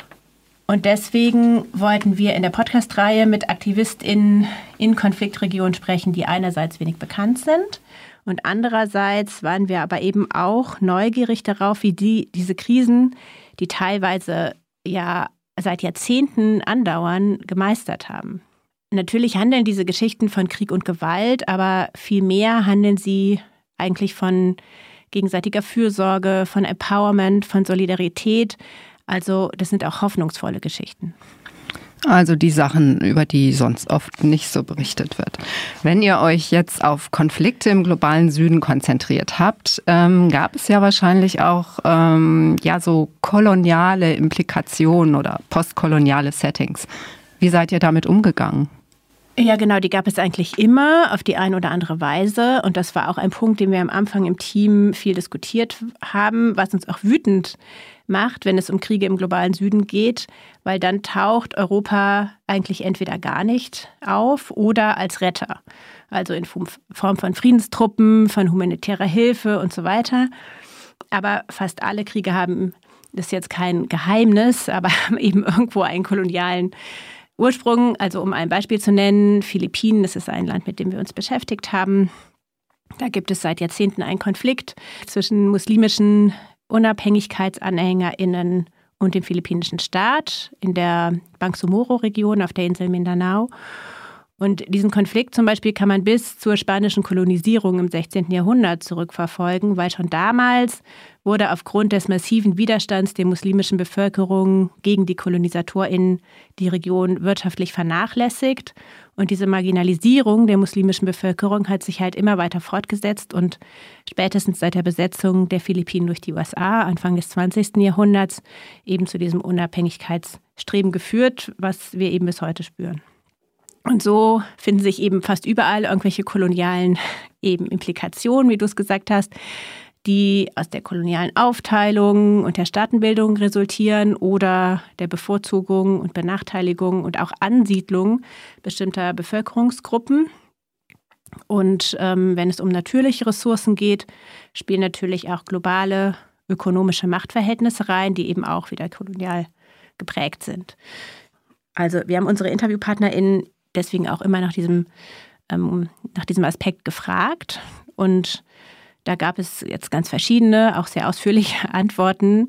Und deswegen wollten wir in der Podcast-Reihe mit AktivistInnen in Konfliktregionen sprechen, die einerseits wenig bekannt sind und andererseits waren wir aber eben auch neugierig darauf, wie diese Krisen, die teilweise ja seit Jahrzehnten andauern, gemeistert haben. Natürlich handeln diese Geschichten von Krieg und Gewalt, aber vielmehr handeln sie eigentlich von gegenseitiger Fürsorge, von Empowerment, von Solidarität. Also das sind auch hoffnungsvolle Geschichten. Also die Sachen, über die sonst oft nicht so berichtet wird. Wenn ihr euch jetzt auf Konflikte im globalen Süden konzentriert habt, gab es ja wahrscheinlich auch so koloniale Implikationen oder postkoloniale Settings. Wie seid ihr damit umgegangen? Ja, genau, die gab es eigentlich immer auf die eine oder andere Weise. Und das war auch ein Punkt, den wir am Anfang im Team viel diskutiert haben, was uns auch wütend macht, wenn es um Kriege im globalen Süden geht, weil dann taucht Europa eigentlich entweder gar nicht auf oder als Retter. Also in Form von Friedenstruppen, von humanitärer Hilfe und so weiter. Aber fast alle Kriege haben, das ist jetzt kein Geheimnis, aber haben eben irgendwo einen kolonialen Ursprung. Also um ein Beispiel zu nennen, Philippinen, das ist ein Land, mit dem wir uns beschäftigt haben. Da gibt es seit Jahrzehnten einen Konflikt zwischen muslimischen UnabhängigkeitsanhängerInnen und dem philippinischen Staat in der Bangsamoro-Region auf der Insel Mindanao. Und diesen Konflikt zum Beispiel kann man bis zur spanischen Kolonisierung im 16. Jahrhundert zurückverfolgen, weil schon damals wurde aufgrund des massiven Widerstands der muslimischen Bevölkerung gegen die KolonisatorInnen die Region wirtschaftlich vernachlässigt. Und diese Marginalisierung der muslimischen Bevölkerung hat sich halt immer weiter fortgesetzt und spätestens seit der Besetzung der Philippinen durch die USA Anfang des 20. Jahrhunderts eben zu diesem Unabhängigkeitsstreben geführt, was wir eben bis heute spüren. Und so finden sich eben fast überall irgendwelche kolonialen eben Implikationen, wie du es gesagt hast, die aus der kolonialen Aufteilung und der Staatenbildung resultieren oder der Bevorzugung und Benachteiligung und auch Ansiedlung bestimmter Bevölkerungsgruppen. Und wenn es um natürliche Ressourcen geht, spielen natürlich auch globale ökonomische Machtverhältnisse rein, die eben auch wieder kolonial geprägt sind. Also wir haben unsere InterviewpartnerInnen deswegen auch immer nach diesem Aspekt gefragt. Und da gab es jetzt ganz verschiedene, auch sehr ausführliche Antworten.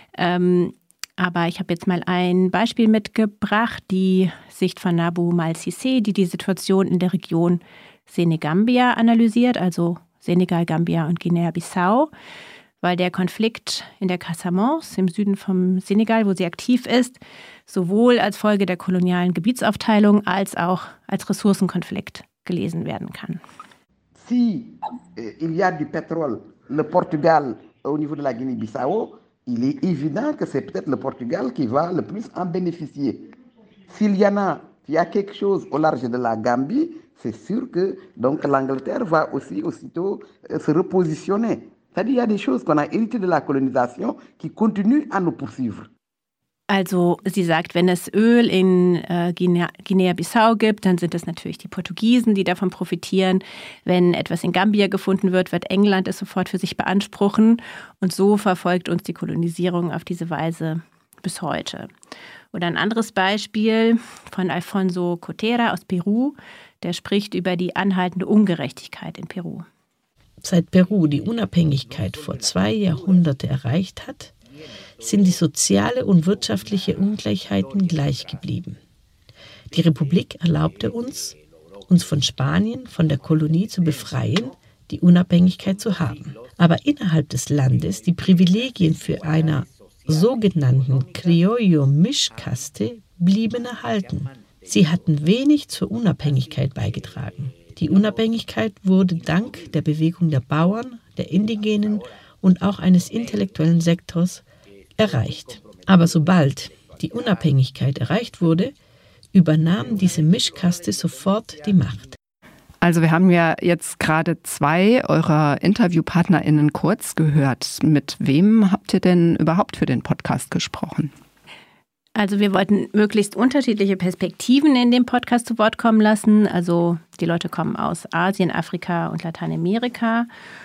Aber ich habe jetzt mal ein Beispiel mitgebracht, die Sicht von Nabou Mal-Cissé, die Situation in der Region Senegambia analysiert, also Senegal, Gambia und Guinea-Bissau, weil der Konflikt in der Casamance im Süden vom Senegal, wo sie aktiv ist, sowohl als Folge der kolonialen Gebietsaufteilung als auch als Ressourcenkonflikt gelesen werden kann. Si il y a du pétrole, le Portugal au niveau de la Guinée-Bissau, il est évident que c'est peut-être le Portugal qui va le plus en bénéficier. S'il y a quelque chose au large de la Gambie, c'est sûr que donc l'Angleterre va aussi aussitôt se repositionner. C'est-à-dire, il y a des choses qu'on a héritées de la colonisation qui continuent à nous poursuivre. Also sie sagt, wenn es Öl in Guinea-Bissau gibt, dann sind es natürlich die Portugiesen, die davon profitieren. Wenn etwas in Gambia gefunden wird, wird England es sofort für sich beanspruchen. Und so verfolgt uns die Kolonisierung auf diese Weise bis heute. Oder ein anderes Beispiel von Alfonso Cotera aus Peru, der spricht über die anhaltende Ungerechtigkeit in Peru. Seit Peru die Unabhängigkeit vor 2 Jahrhunderten erreicht hat, sind die soziale und wirtschaftliche Ungleichheiten gleich geblieben. Die Republik erlaubte uns von Spanien, von der Kolonie zu befreien, die Unabhängigkeit zu haben. Aber innerhalb des Landes die Privilegien für einer sogenannten Criollo-Mischkaste blieben erhalten. Sie hatten wenig zur Unabhängigkeit beigetragen. Die Unabhängigkeit wurde dank der Bewegung der Bauern, der Indigenen und auch eines intellektuellen Sektors erreicht. Aber sobald die Unabhängigkeit erreicht wurde, übernahm diese Mischkaste sofort die Macht. Also wir haben ja jetzt gerade 2 eurer InterviewpartnerInnen kurz gehört. Mit wem habt ihr denn überhaupt für den Podcast gesprochen? Also wir wollten möglichst unterschiedliche Perspektiven in dem Podcast zu Wort kommen lassen. Also die Leute kommen aus Asien, Afrika und Lateinamerika.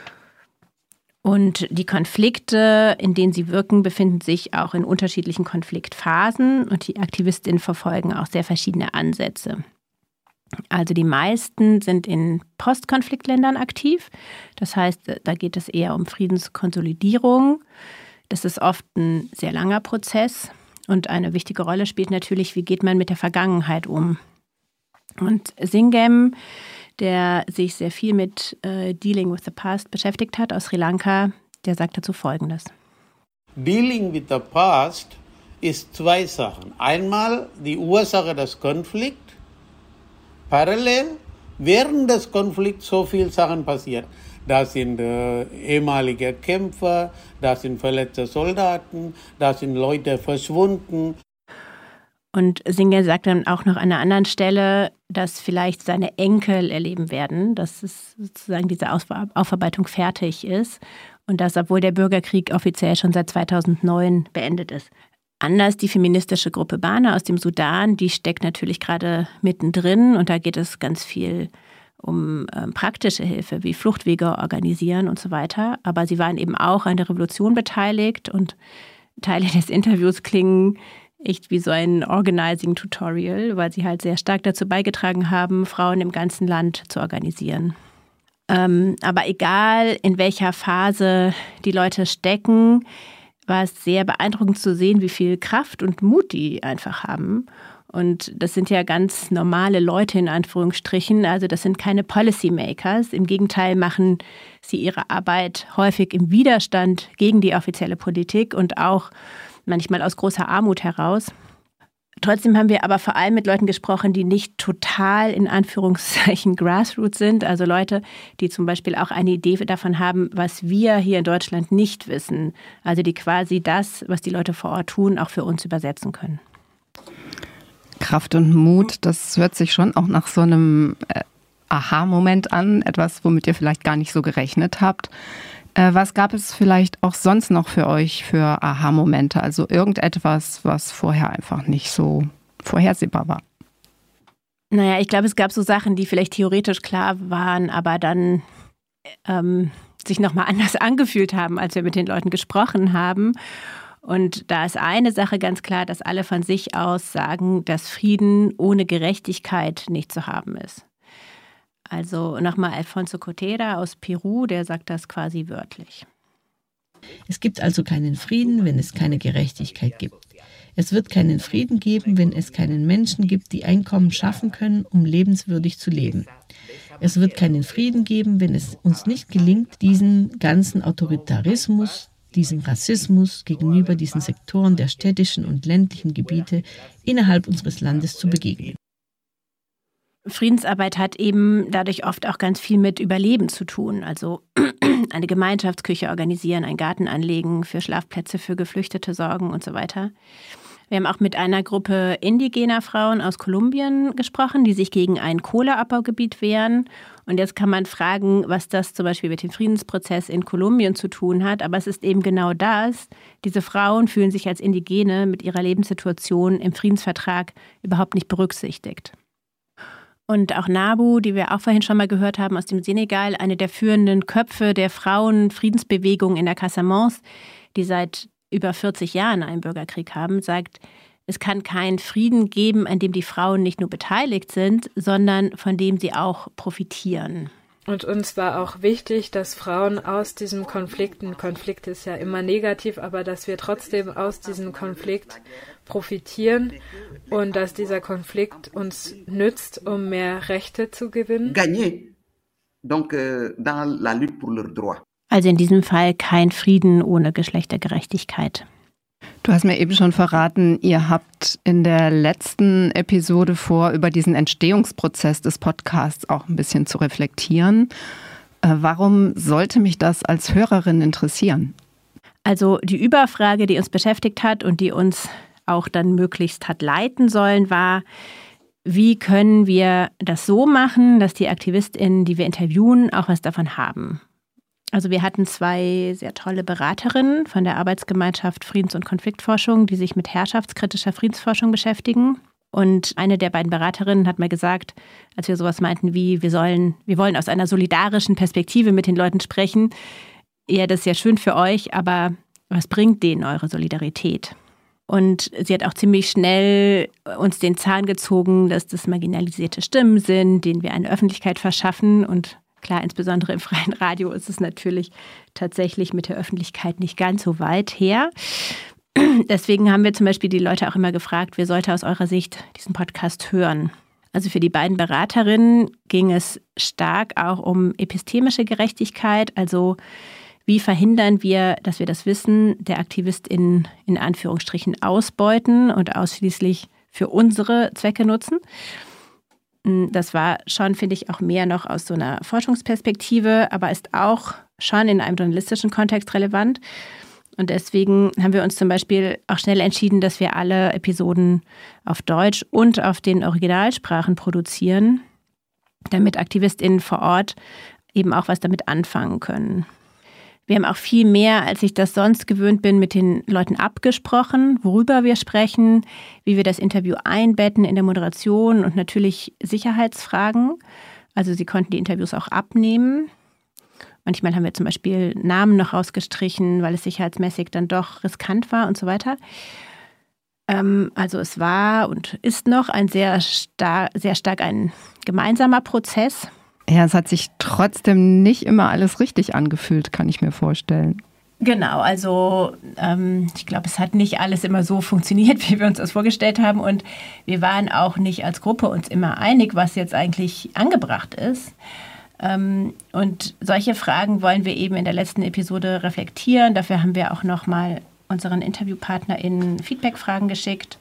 Und die Konflikte, in denen sie wirken, befinden sich auch in unterschiedlichen Konfliktphasen. Und die AktivistInnen verfolgen auch sehr verschiedene Ansätze. Also die meisten sind in Postkonfliktländern aktiv. Das heißt, da geht es eher um Friedenskonsolidierung. Das ist oft ein sehr langer Prozess. Und eine wichtige Rolle spielt natürlich, wie geht man mit der Vergangenheit um. Und Singem, der sich sehr viel mit Dealing with the Past beschäftigt hat aus Sri Lanka, der sagt dazu Folgendes. Dealing with the Past ist 2 Sachen. Einmal die Ursache des Konflikts. Parallel, während des Konflikts so viele Sachen passieren. Da sind ehemalige Kämpfer, da sind verletzte Soldaten, da sind Leute verschwunden. Und Singer sagt dann auch noch an einer anderen Stelle, dass vielleicht seine Enkel erleben werden, dass es sozusagen diese Aufarbeitung fertig ist und dass, obwohl der Bürgerkrieg offiziell schon seit 2009 beendet ist. Anders die feministische Gruppe Bana aus dem Sudan, die steckt natürlich gerade mittendrin und da geht es ganz viel um praktische Hilfe, wie Fluchtwege organisieren und so weiter. Aber sie waren eben auch an der Revolution beteiligt und Teile des Interviews klingen echt wie so ein Organizing-Tutorial, weil sie halt sehr stark dazu beigetragen haben, Frauen im ganzen Land zu organisieren. Aber egal, in welcher Phase die Leute stecken, war es sehr beeindruckend zu sehen, wie viel Kraft und Mut die einfach haben. Und das sind ja ganz normale Leute in Anführungsstrichen, also das sind keine Policymakers. Im Gegenteil machen sie ihre Arbeit häufig im Widerstand gegen die offizielle Politik und auch manchmal aus großer Armut heraus. Trotzdem haben wir aber vor allem mit Leuten gesprochen, die nicht total in Anführungszeichen Grassroots sind. Also Leute, die zum Beispiel auch eine Idee davon haben, was wir hier in Deutschland nicht wissen. Also die quasi das, was die Leute vor Ort tun, auch für uns übersetzen können. Kraft und Mut, das hört sich schon auch nach so einem Aha-Moment an. Etwas, womit ihr vielleicht gar nicht so gerechnet habt. Was gab es vielleicht auch sonst noch für euch für Aha-Momente? Also irgendetwas, was vorher einfach nicht so vorhersehbar war? Naja, ich glaube, es gab so Sachen, die vielleicht theoretisch klar waren, aber dann sich nochmal anders angefühlt haben, als wir mit den Leuten gesprochen haben. Und da ist eine Sache ganz klar, dass alle von sich aus sagen, dass Frieden ohne Gerechtigkeit nicht zu haben ist. Also nochmal Alfonso Cotera aus Peru, der sagt das quasi wörtlich. Es gibt also keinen Frieden, wenn es keine Gerechtigkeit gibt. Es wird keinen Frieden geben, wenn es keinen Menschen gibt, die Einkommen schaffen können, um lebenswürdig zu leben. Es wird keinen Frieden geben, wenn es uns nicht gelingt, diesen ganzen Autoritarismus, diesem Rassismus gegenüber diesen Sektoren der städtischen und ländlichen Gebiete innerhalb unseres Landes zu begegnen. Friedensarbeit hat eben dadurch oft auch ganz viel mit Überleben zu tun. Also eine Gemeinschaftsküche organisieren, einen Garten anlegen, für Schlafplätze für Geflüchtete sorgen und so weiter. Wir haben auch mit einer Gruppe indigener Frauen aus Kolumbien gesprochen, die sich gegen ein Kohleabbaugebiet wehren. Und jetzt kann man fragen, was das zum Beispiel mit dem Friedensprozess in Kolumbien zu tun hat. Aber es ist eben genau das. Diese Frauen fühlen sich als Indigene mit ihrer Lebenssituation im Friedensvertrag überhaupt nicht berücksichtigt. Und auch Nabu, die wir auch vorhin schon mal gehört haben aus dem Senegal, eine der führenden Köpfe der Frauenfriedensbewegung in der Casamance, die seit über 40 Jahren einen Bürgerkrieg haben, sagt, es kann keinen Frieden geben, an dem die Frauen nicht nur beteiligt sind, sondern von dem sie auch profitieren. Und uns war auch wichtig, dass Frauen aus diesem Konflikt, ein Konflikt ist ja immer negativ, aber dass wir trotzdem aus diesem Konflikt profitieren und dass dieser Konflikt uns nützt, um mehr Rechte zu gewinnen. Gagner, donc dans la lutte pour leurs droits. Also in diesem Fall kein Frieden ohne Geschlechtergerechtigkeit. Du hast mir eben schon verraten, ihr habt in der letzten Episode vor, über diesen Entstehungsprozess des Podcasts auch ein bisschen zu reflektieren. Warum sollte mich das als Hörerin interessieren? Also die Überfrage, die uns beschäftigt hat und die uns auch dann möglichst hat leiten sollen, war, wie können wir das so machen, dass die AktivistInnen, die wir interviewen, auch was davon haben. Also wir hatten 2 sehr tolle Beraterinnen von der Arbeitsgemeinschaft Friedens- und Konfliktforschung, die sich mit herrschaftskritischer Friedensforschung beschäftigen. Und eine der beiden Beraterinnen hat mal gesagt, als wir sowas meinten wie, wir wollen aus einer solidarischen Perspektive mit den Leuten sprechen, ja, das ist ja schön für euch, aber was bringt denen eure Solidarität? Und sie hat auch ziemlich schnell uns den Zahn gezogen, dass das marginalisierte Stimmen sind, denen wir eine Öffentlichkeit verschaffen. Und klar, insbesondere im freien Radio ist es natürlich tatsächlich mit der Öffentlichkeit nicht ganz so weit her. Deswegen haben wir zum Beispiel die Leute auch immer gefragt, wer sollte aus eurer Sicht diesen Podcast hören? Also für die beiden Beraterinnen ging es stark auch um epistemische Gerechtigkeit, also wie verhindern wir, dass wir das Wissen der AktivistInnen in Anführungsstrichen ausbeuten und ausschließlich für unsere Zwecke nutzen? Das war schon, finde ich, auch mehr noch aus so einer Forschungsperspektive, aber ist auch schon in einem journalistischen Kontext relevant. Und deswegen haben wir uns zum Beispiel auch schnell entschieden, dass wir alle Episoden auf Deutsch und auf den Originalsprachen produzieren, damit AktivistInnen vor Ort eben auch was damit anfangen können. Wir haben auch viel mehr, als ich das sonst gewöhnt bin, mit den Leuten abgesprochen, worüber wir sprechen, wie wir das Interview einbetten in der Moderation und natürlich Sicherheitsfragen. Also sie konnten die Interviews auch abnehmen. Manchmal haben wir zum Beispiel Namen noch rausgestrichen, weil es sicherheitsmäßig dann doch riskant war und so weiter. Also es war und ist noch ein sehr stark ein gemeinsamer Prozess. Ja, es hat sich trotzdem nicht immer alles richtig angefühlt, kann ich mir vorstellen. Genau, also ich glaube, es hat nicht alles immer so funktioniert, wie wir uns das vorgestellt haben. Und wir waren auch nicht als Gruppe uns immer einig, was jetzt eigentlich angebracht ist. Und solche Fragen wollen wir eben in der letzten Episode reflektieren. Dafür haben wir auch nochmal unseren InterviewpartnerInnen Feedback-Fragen geschickt.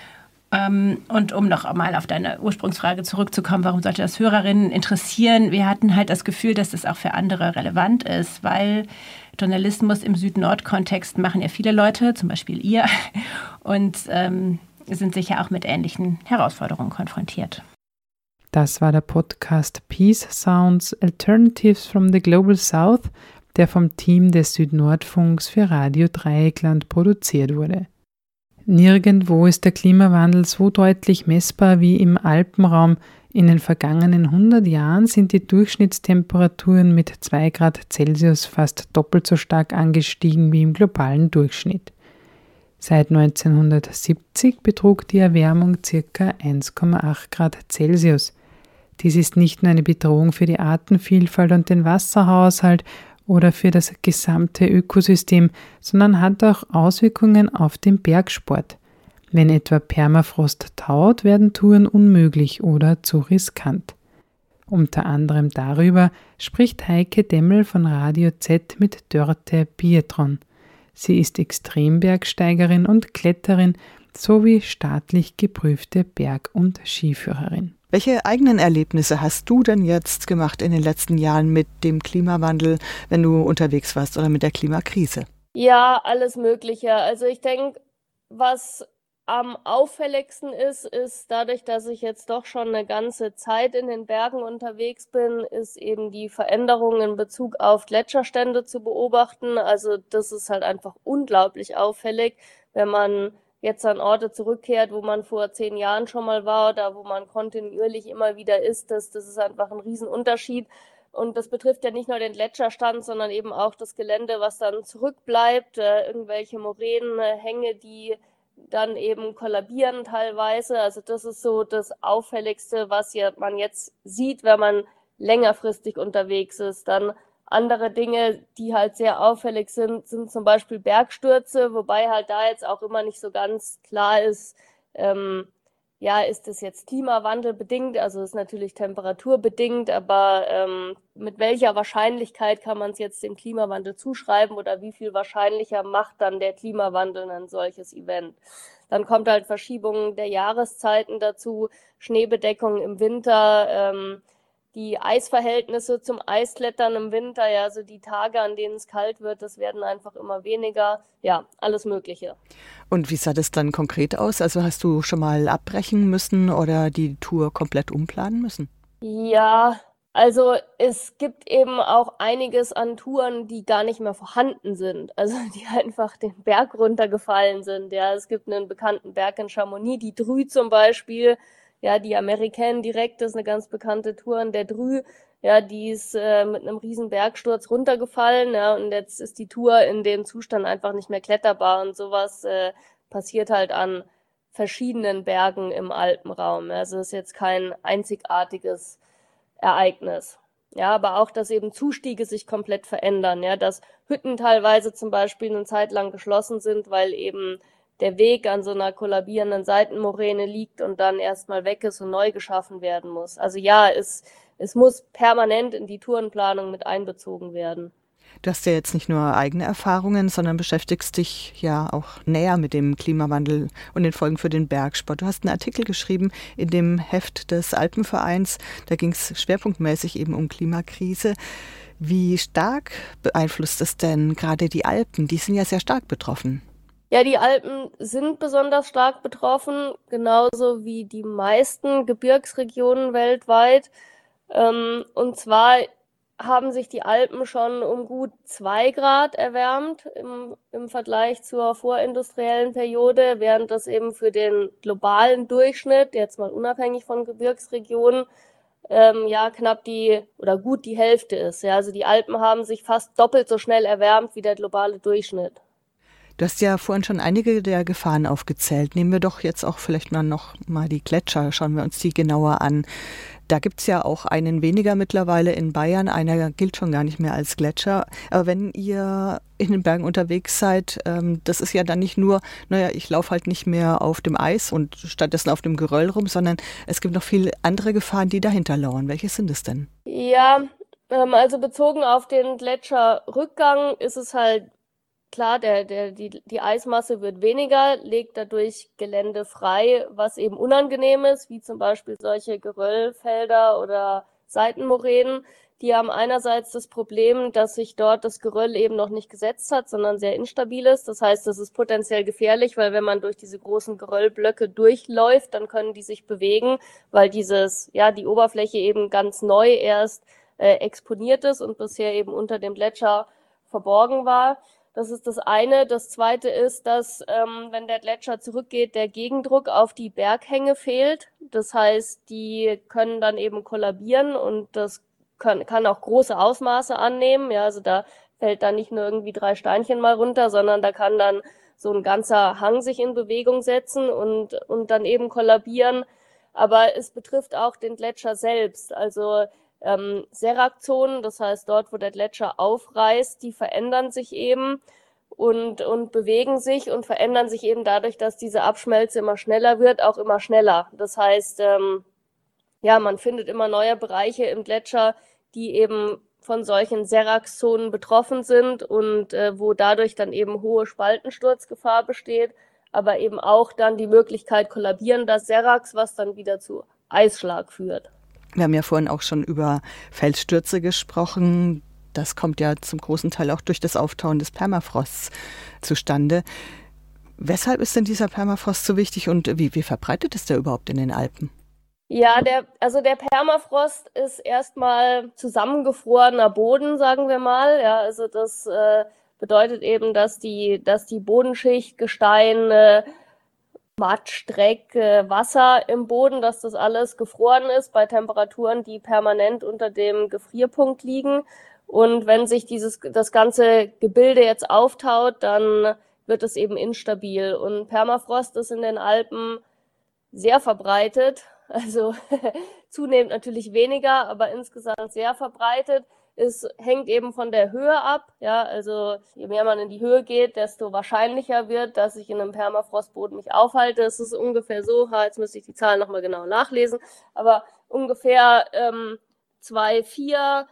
Und um noch mal auf deine Ursprungsfrage zurückzukommen, warum sollte das Hörerinnen interessieren? Wir hatten halt das Gefühl, dass das auch für andere relevant ist, weil Journalismus im Süd-Nord-Kontext machen ja viele Leute, zum Beispiel ihr, und sind sicher auch mit ähnlichen Herausforderungen konfrontiert. Das war der Podcast Peace Sounds Alternatives from the Global South, der vom Team des Süd-Nord-Funks für Radio Dreieckland produziert wurde. Nirgendwo ist der Klimawandel so deutlich messbar wie im Alpenraum. In den vergangenen 100 Jahren sind die Durchschnittstemperaturen mit 2 Grad Celsius fast doppelt so stark angestiegen wie im globalen Durchschnitt. Seit 1970 betrug die Erwärmung ca. 1,8 Grad Celsius. Dies ist nicht nur eine Bedrohung für die Artenvielfalt und den Wasserhaushalt oder für das gesamte Ökosystem, sondern hat auch Auswirkungen auf den Bergsport. Wenn etwa Permafrost taut, werden Touren unmöglich oder zu riskant. Unter anderem darüber spricht Heike Demmel von Radio Z mit Dörte Pietron. Sie ist Extrembergsteigerin und Kletterin sowie staatlich geprüfte Berg- und Skiführerin. Welche eigenen Erlebnisse hast du denn jetzt gemacht in den letzten Jahren mit dem Klimawandel, wenn du unterwegs warst oder mit der Klimakrise? Ja, alles Mögliche. Also ich denke, was am auffälligsten ist dadurch, dass ich jetzt doch schon eine ganze Zeit in den Bergen unterwegs bin, ist eben die Veränderung in Bezug auf Gletscherstände zu beobachten. Also das ist halt einfach unglaublich auffällig, wenn man jetzt an Orte zurückkehrt, wo man vor 10 Jahren schon mal war oder wo man kontinuierlich immer wieder ist. Das ist einfach ein Riesenunterschied. Und das betrifft ja nicht nur den Gletscherstand, sondern eben auch das Gelände, was dann zurückbleibt, irgendwelche Moränenhänge, die dann eben kollabieren teilweise. Also das ist so das Auffälligste, was man jetzt sieht, wenn man längerfristig unterwegs ist. Dann andere Dinge, die halt sehr auffällig sind zum Beispiel Bergstürze, wobei halt da jetzt auch immer nicht so ganz klar ist, ist das jetzt Klimawandel bedingt, also ist natürlich temperaturbedingt, aber mit welcher Wahrscheinlichkeit kann man es jetzt dem Klimawandel zuschreiben oder wie viel wahrscheinlicher macht dann der Klimawandel ein solches Event? Dann kommt halt Verschiebungen der Jahreszeiten dazu, Schneebedeckung im Winter, die Eisverhältnisse zum Eisklettern im Winter, ja, also die Tage, an denen es kalt wird, das werden einfach immer weniger. Ja, alles Mögliche. Und wie sah das dann konkret aus? Also hast du schon mal abbrechen müssen oder die Tour komplett umplanen müssen? Ja, also es gibt eben auch einiges an Touren, die gar nicht mehr vorhanden sind, also die einfach den Berg runtergefallen sind. Ja, es gibt einen bekannten Berg in Chamonix, die Drü zum Beispiel. Ja, die Americaine direkt ist eine ganz bekannte Tour. Und der Drü, ja, die ist mit einem riesen Bergsturz runtergefallen. Ja, und jetzt ist die Tour in dem Zustand einfach nicht mehr kletterbar. Und sowas passiert halt an verschiedenen Bergen im Alpenraum. Also es ist jetzt kein einzigartiges Ereignis. Ja, aber auch, dass eben Zustiege sich komplett verändern. Ja, dass Hütten teilweise zum Beispiel eine Zeit lang geschlossen sind, weil eben der Weg an so einer kollabierenden Seitenmoräne liegt und dann erstmal weg ist und neu geschaffen werden muss. Also ja, es muss permanent in die Tourenplanung mit einbezogen werden. Du hast ja jetzt nicht nur eigene Erfahrungen, sondern beschäftigst dich ja auch näher mit dem Klimawandel und den Folgen für den Bergsport. Du hast einen Artikel geschrieben in dem Heft des Alpenvereins, da ging es schwerpunktmäßig eben um Klimakrise. Wie stark beeinflusst es denn gerade die Alpen? Die sind ja sehr stark betroffen. Ja, die Alpen sind besonders stark betroffen, genauso wie die meisten Gebirgsregionen weltweit. Und zwar haben sich die Alpen schon um gut 2 Grad erwärmt im Vergleich zur vorindustriellen Periode, während das eben für den globalen Durchschnitt, jetzt mal unabhängig von Gebirgsregionen, knapp gut die Hälfte ist. Ja, also die Alpen haben sich fast doppelt so schnell erwärmt wie der globale Durchschnitt. Du hast ja vorhin schon einige der Gefahren aufgezählt. Nehmen wir doch jetzt auch vielleicht noch mal die Gletscher, schauen wir uns die genauer an. Da gibt es ja auch einen weniger mittlerweile in Bayern. Einer gilt schon gar nicht mehr als Gletscher. Aber wenn ihr in den Bergen unterwegs seid, das ist ja dann nicht nur, ich laufe halt nicht mehr auf dem Eis und stattdessen auf dem Geröll rum, sondern es gibt noch viele andere Gefahren, die dahinter lauern. Welche sind es denn? Ja, also bezogen auf den Gletscherrückgang ist es halt klar, die Eismasse wird weniger, legt dadurch Gelände frei, was eben unangenehm ist, wie zum Beispiel solche Geröllfelder oder Seitenmoränen. Die haben einerseits das Problem, dass sich dort das Geröll eben noch nicht gesetzt hat, sondern sehr instabil ist. Das heißt, das ist potenziell gefährlich, weil wenn man durch diese großen Geröllblöcke durchläuft, dann können die sich bewegen, weil die Oberfläche eben ganz neu erst exponiert ist und bisher eben unter dem Gletscher verborgen war. Das ist das eine. Das zweite ist, dass wenn der Gletscher zurückgeht, der Gegendruck auf die Berghänge fehlt. Das heißt, die können dann eben kollabieren und das kann auch große Ausmaße annehmen. Ja, also da fällt dann nicht nur irgendwie 3 Steinchen mal runter, sondern da kann dann so ein ganzer Hang sich in Bewegung setzen und dann eben kollabieren. Aber es betrifft auch den Gletscher selbst. Also Serak-Zonen, das heißt dort, wo der Gletscher aufreißt, die verändern sich eben und bewegen sich und verändern sich eben dadurch, dass diese Abschmelze immer schneller wird, auch immer schneller. Das heißt, man findet immer neue Bereiche im Gletscher, die eben von solchen Serak-Zonen betroffen sind und wo dadurch dann eben hohe Spaltensturzgefahr besteht, aber eben auch dann die Möglichkeit kollabierender Seraks, was dann wieder zu Eisschlag führt. Wir haben ja vorhin auch schon über Felsstürze gesprochen. Das kommt ja zum großen Teil auch durch das Auftauen des Permafrosts zustande. Weshalb ist denn dieser Permafrost so wichtig und wie verbreitet ist der überhaupt in den Alpen? Ja, der Permafrost ist erstmal zusammengefrorener Boden, sagen wir mal. Ja, also das bedeutet eben, dass die Bodenschicht, Gestein, Matsch, Dreck, Wasser im Boden, dass das alles gefroren ist bei Temperaturen, die permanent unter dem Gefrierpunkt liegen. Und wenn sich das ganze Gebilde jetzt auftaut, dann wird es eben instabil. Und Permafrost ist in den Alpen sehr verbreitet, also zunehmend natürlich weniger, aber insgesamt sehr verbreitet. Es hängt eben von der Höhe ab, ja, also je mehr man in die Höhe geht, desto wahrscheinlicher wird, dass ich in einem Permafrostboden mich aufhalte. Es ist ungefähr so, jetzt müsste ich die Zahlen nochmal genau nachlesen, aber ungefähr 2,4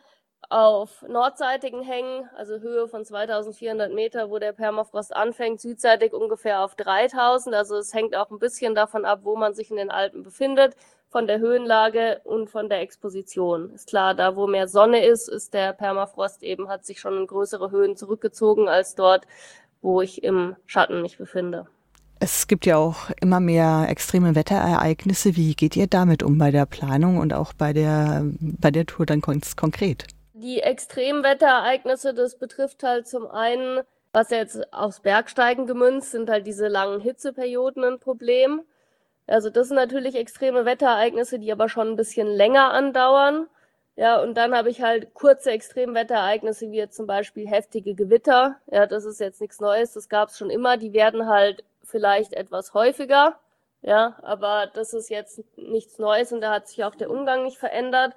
auf nordseitigen Hängen, also Höhe von 2400 Meter, wo der Permafrost anfängt, südseitig ungefähr auf 3000. Also es hängt auch ein bisschen davon ab, wo man sich in den Alpen befindet, von der Höhenlage und von der Exposition. Ist klar, da wo mehr Sonne ist der Permafrost eben, hat sich schon in größere Höhen zurückgezogen als dort, wo ich im Schatten mich befinde. Es gibt ja auch immer mehr extreme Wetterereignisse. Wie geht ihr damit um bei der Planung und auch bei der Tour dann konkret? Die Extremwetterereignisse, das betrifft halt zum einen, was jetzt aufs Bergsteigen gemünzt, sind halt diese langen Hitzeperioden ein Problem. Also das sind natürlich extreme Wetterereignisse, die aber schon ein bisschen länger andauern. Ja, und dann habe ich halt kurze Extremwetterereignisse, wie jetzt zum Beispiel heftige Gewitter. Ja, das ist jetzt nichts Neues, das gab es schon immer. Die werden halt vielleicht etwas häufiger. Ja, aber das ist jetzt nichts Neues und da hat sich auch der Umgang nicht verändert.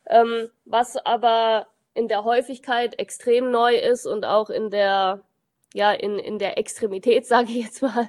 Was aber in der Häufigkeit extrem neu ist und auch in der Extremität, sage ich jetzt mal,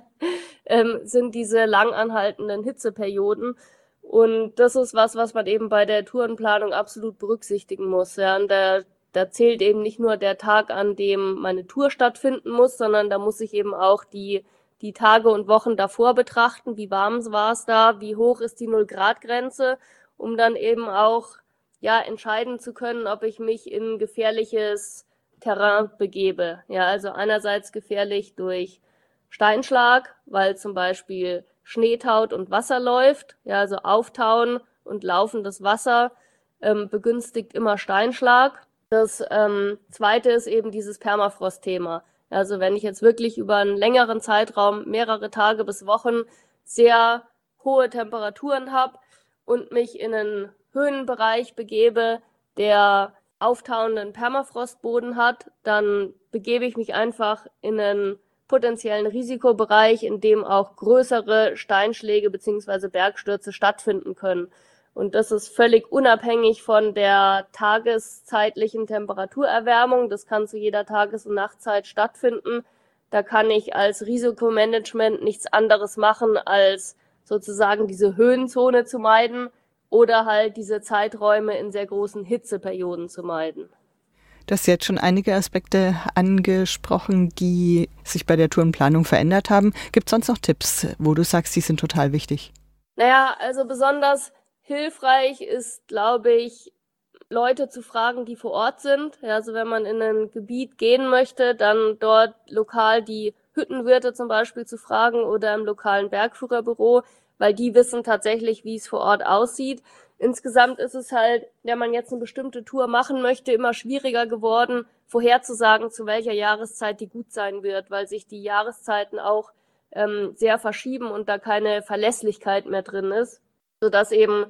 sind diese lang anhaltenden Hitzeperioden. Und das ist was man eben bei der Tourenplanung absolut berücksichtigen muss. Ja, und da zählt eben nicht nur der Tag, an dem meine Tour stattfinden muss, sondern da muss ich eben auch die Tage und Wochen davor betrachten. Wie warm war es da? Wie hoch ist die 0-Grad-Grenze? Um dann eben auch entscheiden zu können, ob ich mich in gefährliches Terrain begebe. Ja, also einerseits gefährlich durch Steinschlag, weil zum Beispiel Schnee taut und Wasser läuft. Ja, also Auftauen und laufendes Wasser begünstigt immer Steinschlag. Das zweite ist eben dieses Permafrost-Thema. Also wenn ich jetzt wirklich über einen längeren Zeitraum, mehrere Tage bis Wochen, sehr hohe Temperaturen habe und mich in einen Höhenbereich begebe, der auftauenden Permafrostboden hat, dann begebe ich mich einfach in einen potenziellen Risikobereich, in dem auch größere Steinschläge bzw. Bergstürze stattfinden können. Und das ist völlig unabhängig von der tageszeitlichen Temperaturerwärmung. Das kann zu jeder Tages- und Nachtzeit stattfinden. Da kann ich als Risikomanagement nichts anderes machen, als sozusagen diese Höhenzone zu meiden oder halt diese Zeiträume in sehr großen Hitzeperioden zu meiden. Du hast jetzt schon einige Aspekte angesprochen, die sich bei der Tourenplanung verändert haben. Gibt es sonst noch Tipps, wo du sagst, die sind total wichtig? Naja, also besonders hilfreich ist, glaube ich, Leute zu fragen, die vor Ort sind. Ja, also wenn man in ein Gebiet gehen möchte, dann dort lokal die Hüttenwirte zum Beispiel zu fragen oder im lokalen Bergführerbüro, weil die wissen tatsächlich, wie es vor Ort aussieht. Insgesamt ist es halt, wenn man jetzt eine bestimmte Tour machen möchte, immer schwieriger geworden, vorherzusagen, zu welcher Jahreszeit die gut sein wird, weil sich die Jahreszeiten auch sehr verschieben und da keine Verlässlichkeit mehr drin ist, sodass eben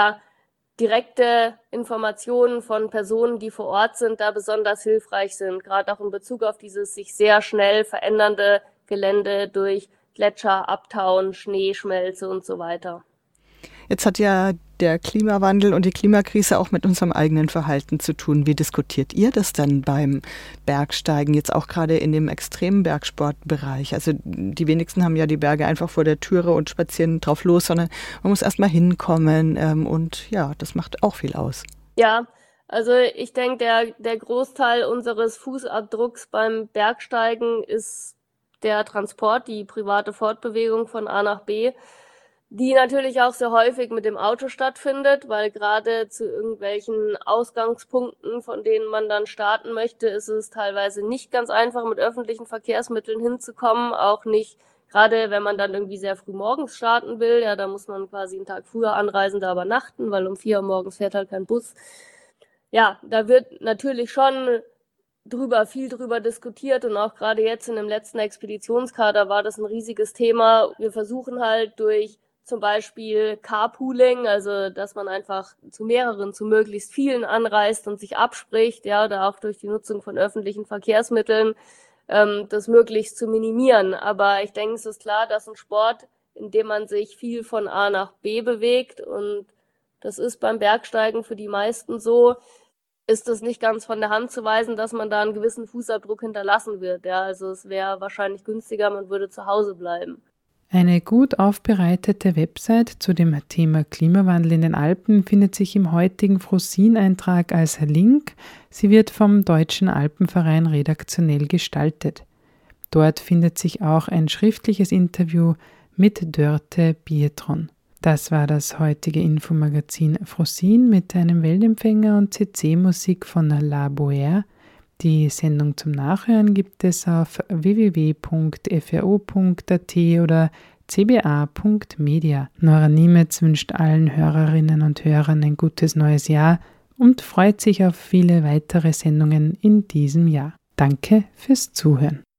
direkte Informationen von Personen, die vor Ort sind, da besonders hilfreich sind, gerade auch in Bezug auf dieses sich sehr schnell verändernde Gelände durch Gletscher, Abtauen, Schneeschmelze und so weiter. Jetzt hat ja der Klimawandel und die Klimakrise auch mit unserem eigenen Verhalten zu tun. Wie diskutiert ihr das dann beim Bergsteigen, jetzt auch gerade in dem extremen Bergsportbereich? Also die wenigsten haben ja die Berge einfach vor der Türe und spazieren drauf los, sondern man muss erst mal hinkommen und das macht auch viel aus. Ja, also ich denke, der Großteil unseres Fußabdrucks beim Bergsteigen ist der Transport, die private Fortbewegung von A nach B, die natürlich auch sehr häufig mit dem Auto stattfindet, weil gerade zu irgendwelchen Ausgangspunkten, von denen man dann starten möchte, ist es teilweise nicht ganz einfach, mit öffentlichen Verkehrsmitteln hinzukommen, auch nicht, gerade wenn man dann irgendwie sehr früh morgens starten will, da muss man quasi einen Tag früher anreisen, da übernachten, weil um 4 Uhr morgens fährt halt kein Bus. Ja, da wird natürlich schon viel drüber diskutiert und auch gerade jetzt in dem letzten Expeditionskader war das ein riesiges Thema. Wir versuchen halt durch zum Beispiel Carpooling, also dass man einfach zu möglichst vielen anreist und sich abspricht, oder auch durch die Nutzung von öffentlichen Verkehrsmitteln, das möglichst zu minimieren. Aber ich denke, es ist klar, dass ein Sport, in dem man sich viel von A nach B bewegt, und das ist beim Bergsteigen für die meisten so, ist es nicht ganz von der Hand zu weisen, dass man da einen gewissen Fußabdruck hinterlassen wird. Also es wäre wahrscheinlich günstiger, man würde zu Hause bleiben. Eine gut aufbereitete Website zu dem Thema Klimawandel in den Alpen findet sich im heutigen Frosin-Eintrag als Link. Sie wird vom Deutschen Alpenverein redaktionell gestaltet. Dort findet sich auch ein schriftliches Interview mit Dörte Bietron. Das war das heutige Infomagazin Frosin mit einem Weltempfänger und CC-Musik von La Boère. Die Sendung zum Nachhören gibt es auf www.fro.at oder cba.media. Nora Niemetz wünscht allen Hörerinnen und Hörern ein gutes neues Jahr und freut sich auf viele weitere Sendungen in diesem Jahr. Danke fürs Zuhören.